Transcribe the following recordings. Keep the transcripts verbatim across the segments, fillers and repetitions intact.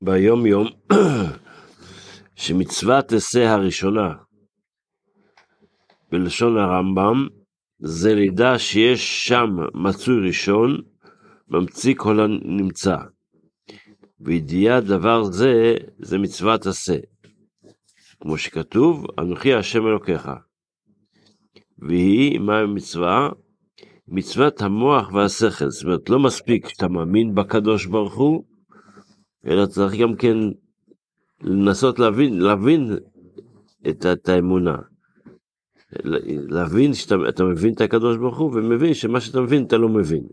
ביום יום שמצוות עשה הראשונה בלשון הרמב"ם זה לידע שיש שם מצוי ראשון ממציא כל הנמצא, וידיעת דבר זה זה מצוות עשה, כמו שכתוב אנוכי השם אלוקיך. והיא מה המצווה? מצוות המוח והשכל. זאת אומרת, לא מספיק שאתה מאמין בקדוש ברוך הוא, אלא צריך גם כן לנסות להבין, להבין את, את האמונה. להבין שאתה אתה מבין את הקדוש ברוך הוא, ומבין שמה שאתה מבין אתה לא מבין.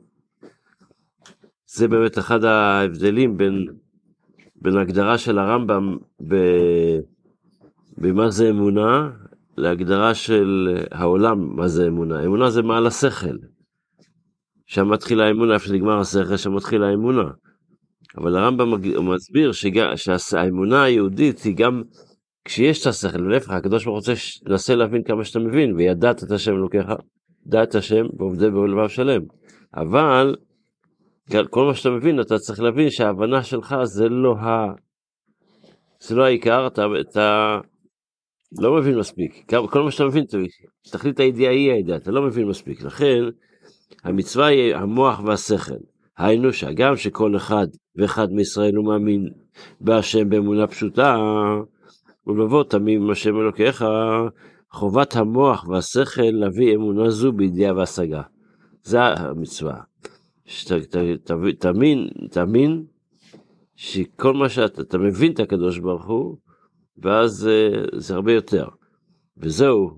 זה באמת אחד ההבדלים בין, בין ההגדרה של הרמב"ם ב, במה זה אמונה, להגדרה של העולם מה זה אמונה. אמונה זה מעל השכל. שם מתחילה האמונה, איפה שנגמר השכל, שם מתחילה האמונה. אבל הרמב"ם מסביר שהאמונה היהודית היא גם כשיש את השכל, ולהפך, הקדוש ברוך הוא רוצה לנסה להבין כמה שאתה מבין, וידעת את השם אלוקיך, דעת השם ועובדי בלבב שלם. אבל כל מה שאתה מבין, אתה צריך להבין שההבנה שלך זה לא ה... זה לא העיקר, אתה, אתה לא מבין מספיק. כל מה שאתה מבין, תכלית הידיעה היא הידיעה, אתה לא מבין מספיק. לכן, המצווה היא המוח והשכל. היינו שגם שכל אחד ואחד מישראל הוא מאמין בהשם באמונה פשוטה, ולבוא תמים השם אלוקיך, חובת המוח והשכל להביא אמונה זו בידיעה והשגה. זה המצווה. שתאמין, תאמין שכל מה שאתה, אתה מבין את הקדוש ברוך הוא, ואז זה הרבה יותר. וזהו,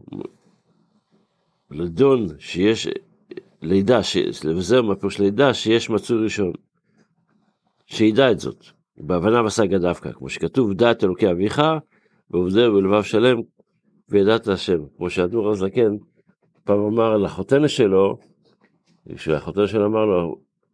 לדון שיש, לידע, וזהו מפירוש לידע שיש מצוי ראשון. שידע את זאת, בהבנה והשגה דווקא, כמו שכתוב, דעת אלוקי אביך, ועובדי בלבב שלם, וידעת השם. כמו שהאדמו"ר הזקן, פעם אמר לחותן שלו, כשהחותן שלו אמר לו,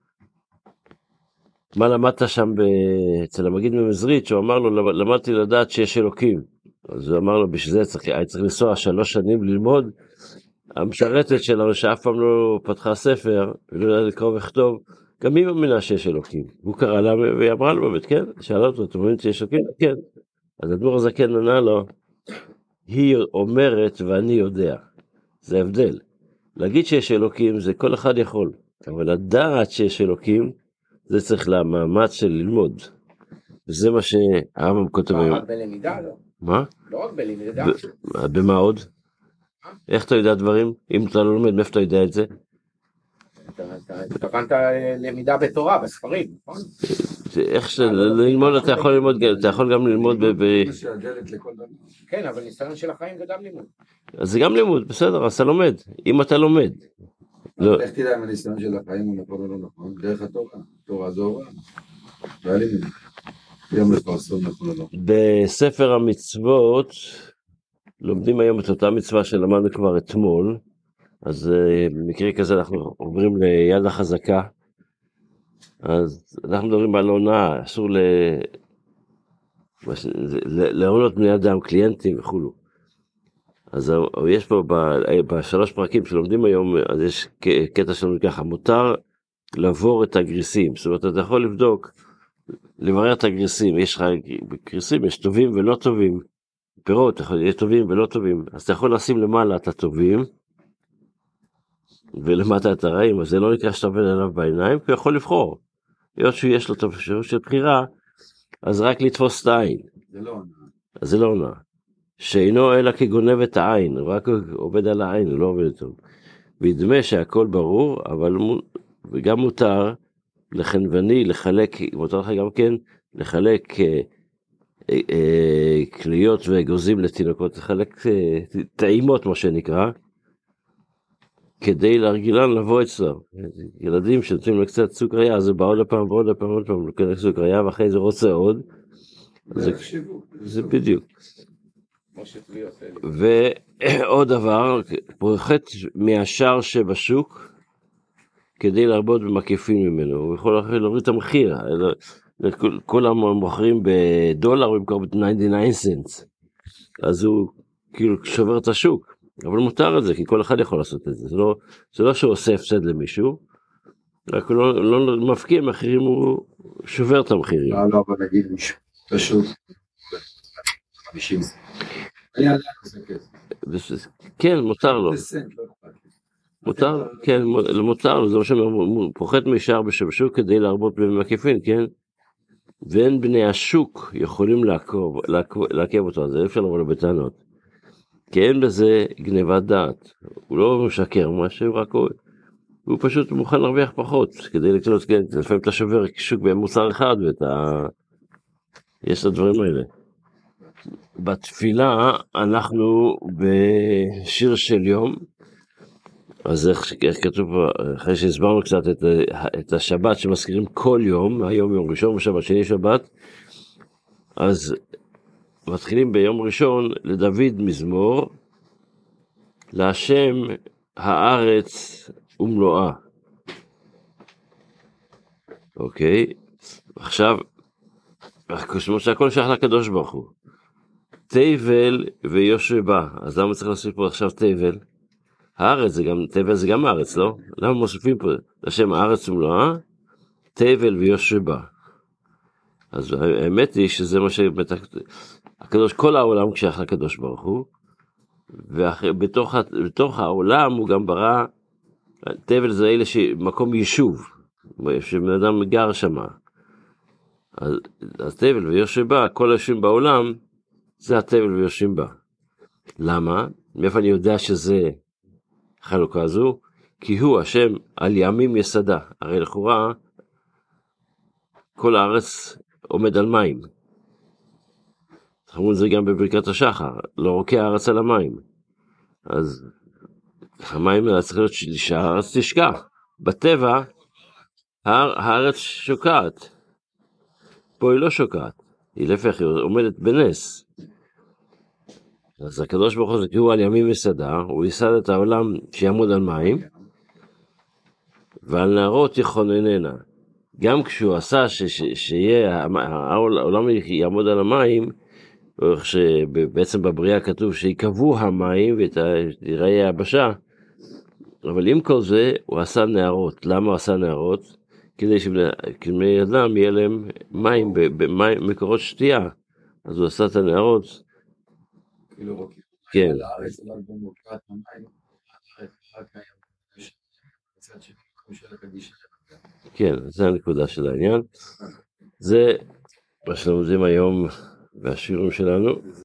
מה למדת שם אצל המגיד ממזרית, שהוא אמר לו, למדתי לדעת שיש אלוקים. אז הוא אמר לו, בשביל זה צריך, היה צריך לנסוע שלוש שנים ללמוד, המשרתת שלנו שאף פעם לא פתחה ספר, ולא יודע לקרוא וכתוב, גם היא מאמינה שיש אלוקים. הוא קרא לה והיא אמרה לו באמת, כן? שאלה אותו, אתה מבין שיש אלוקים? כן. אז האדמו"ר הזקן ענה לו, היא אומרת ואני יודע. זה הבדל. להגיד שיש אלוקים זה כל אחד יכול, אבל לדעת שיש אלוקים, זה צריך למאמץ של ללמוד. וזה מה שהרמב"ם כותב היום. לא רק בלמידה, לא. מה? לא רק בלמידה. במה עוד? איך אתה יודע דברים? אם אתה לא לומד, מאיפה אתה יודע את זה? אתה התכוונת למידה בתורה, בספרים, נכון? איך שללמוד אתה יכול ללמוד, אתה יכול גם ללמוד ב... כן, אבל ניסיון של החיים זה גם לימוד. אז זה גם לימוד, בסדר, אז אתה לומד, אם אתה לומד. איך תדע אם הניסיון של החיים הוא נכון או לא נכון? דרך התורה, תורה זו הוראה. זה היה לימוד. יום לפרסום נכון או לא. בספר המצוות, לומדים היום את אותה מצווה שלמדנו כבר אתמול, אז במקרה כזה אנחנו עוברים ליד החזקה, אז אנחנו מדברים על עונה, אסור ל... לעונות בני אדם, קליינטים וכולו. אז יש פה בשלוש פרקים שלומדים היום, אז יש קטע שלנו ככה, מותר לעבור את הגריסים, זאת אומרת אתה יכול לבדוק, לברר את הגריסים, יש לך גריסים, יש טובים ולא טובים, פירות, יש טובים ולא טובים, אז אתה יכול לשים למעלה את הטובים, ולמטה את הרעים, אז זה לא נקרא שאתה עובד עליו בעיניים, כי הוא יכול לבחור. היות שיש לו את האפשרות של בחירה, אז רק לתפוס את העין. זה לא עונה. אז זה לא עונה. שאינו אלא כגונב את העין, הוא רק עובד על העין, הוא לא עובד טוב. וידמה שהכל ברור, אבל גם מותר לחנווני, לחלק, מותר לך גם כן, לחלק אה, אה, כליות וגוזים לתינוקות, לחלק אה, טעימות מה שנקרא, כדי להרגילן לבוא אצלו. ילדים שנותנים לו קצת סוכריה, אז זה בא עוד פעם ועוד פעם ועוד פעם, לוקח סוכריה, ואחרי זה רוצה עוד. זה, זה בדיוק. ועוד דבר, פוחת מהשאר שבשוק, כדי להרבות במקיפים ממנו. הוא יכול להוריד את המחיר. כולם מוכרים בדולר, הוא ימכור ב-תשעים ותשעה סנט. אז הוא כאילו שובר את השוק. אבל מותר את זה, כי כל אחד יכול לעשות את זה. זה לא, זה לא שהוא עושה הפסד למישהו, רק הוא לא, לא מפקיע מחירים, הוא שובר את המחירים. לא, לא, אבל נגיד פשוט. חמישים. אני עדיין עושה כסף. כן, מותר לו. זה סנט, לא אכפת לי. מותר, כן, מותר לו, זה מה שאומר, פוחת משאר בשבשוק כדי להרבות במקיפין, כן? ואין בני השוק יכולים לעקוב, לעקוב, לעכב אותו, אז אפשר לבוא בטענות. כי אין בזה גנבת דעת, הוא לא משקר משהו, רק הוא, הוא פשוט מוכן להרוויח פחות, כדי לקנות, כן, לפעמים אתה שובר שוק במוצר אחד, ואתה, יש את הדברים האלה. בתפילה אנחנו בשיר של יום, אז איך, איך כתוב, אחרי שהסברנו קצת את, את השבת שמזכירים כל יום, היום יום ראשון ושבת שני שבת, אז מתחילים ביום ראשון לדוד מזמור, להשם הארץ ומלואה. אוקיי, עכשיו, כמו שהכל שייך לקדוש ברוך הוא. תבל ויושבה, אז למה צריך להוסיף פה עכשיו תבל? הארץ זה גם, תבל זה גם הארץ, לא? למה מוסיפים פה לשם הארץ ומלואה? תבל ויושבה. אז האמת היא שזה מה שהקדוש, כל העולם כשייך לקדוש ברוך הוא, ובתוך בתוך העולם הוא גם ברא, תבל זה אלה שמקום יישוב, שבן אדם גר שמה. אז, אז תבל ויושבה, כל היושבים בעולם, זה התבל ויושבים בה. למה? מאיפה אני יודע שזה חלוקה הזו? כי הוא השם על ימים יסדה. הרי לכאורה כל הארץ עומד על מים. אמרו את זה גם בברכת השחר, לא רוקע הארץ על המים. אז המים צריך להיות שהארץ תשקע. בטבע הארץ שוקעת. פה היא לא שוקעת. היא להפך, היא עומדת בנס. אז הקדוש ברוך הוא זה כי הוא על ימים יסדה, הוא יסד את העולם שיעמוד על מים, ועל נהרות יכונננה. גם כשהוא עשה ש, ש, שיהיה, העולם יעמוד על המים, שבעצם בבריאה כתוב שיקבו המים ותראה היבשה, אבל עם כל זה הוא עשה נהרות. למה הוא עשה נהרות? כדי שבני אדם יהיה להם מים, במקורות שתייה. אז הוא עשה את הנהרות. כן. כן, זה הנקודה של העניין. זה מה שלומדים היום בשיעורים שלנו.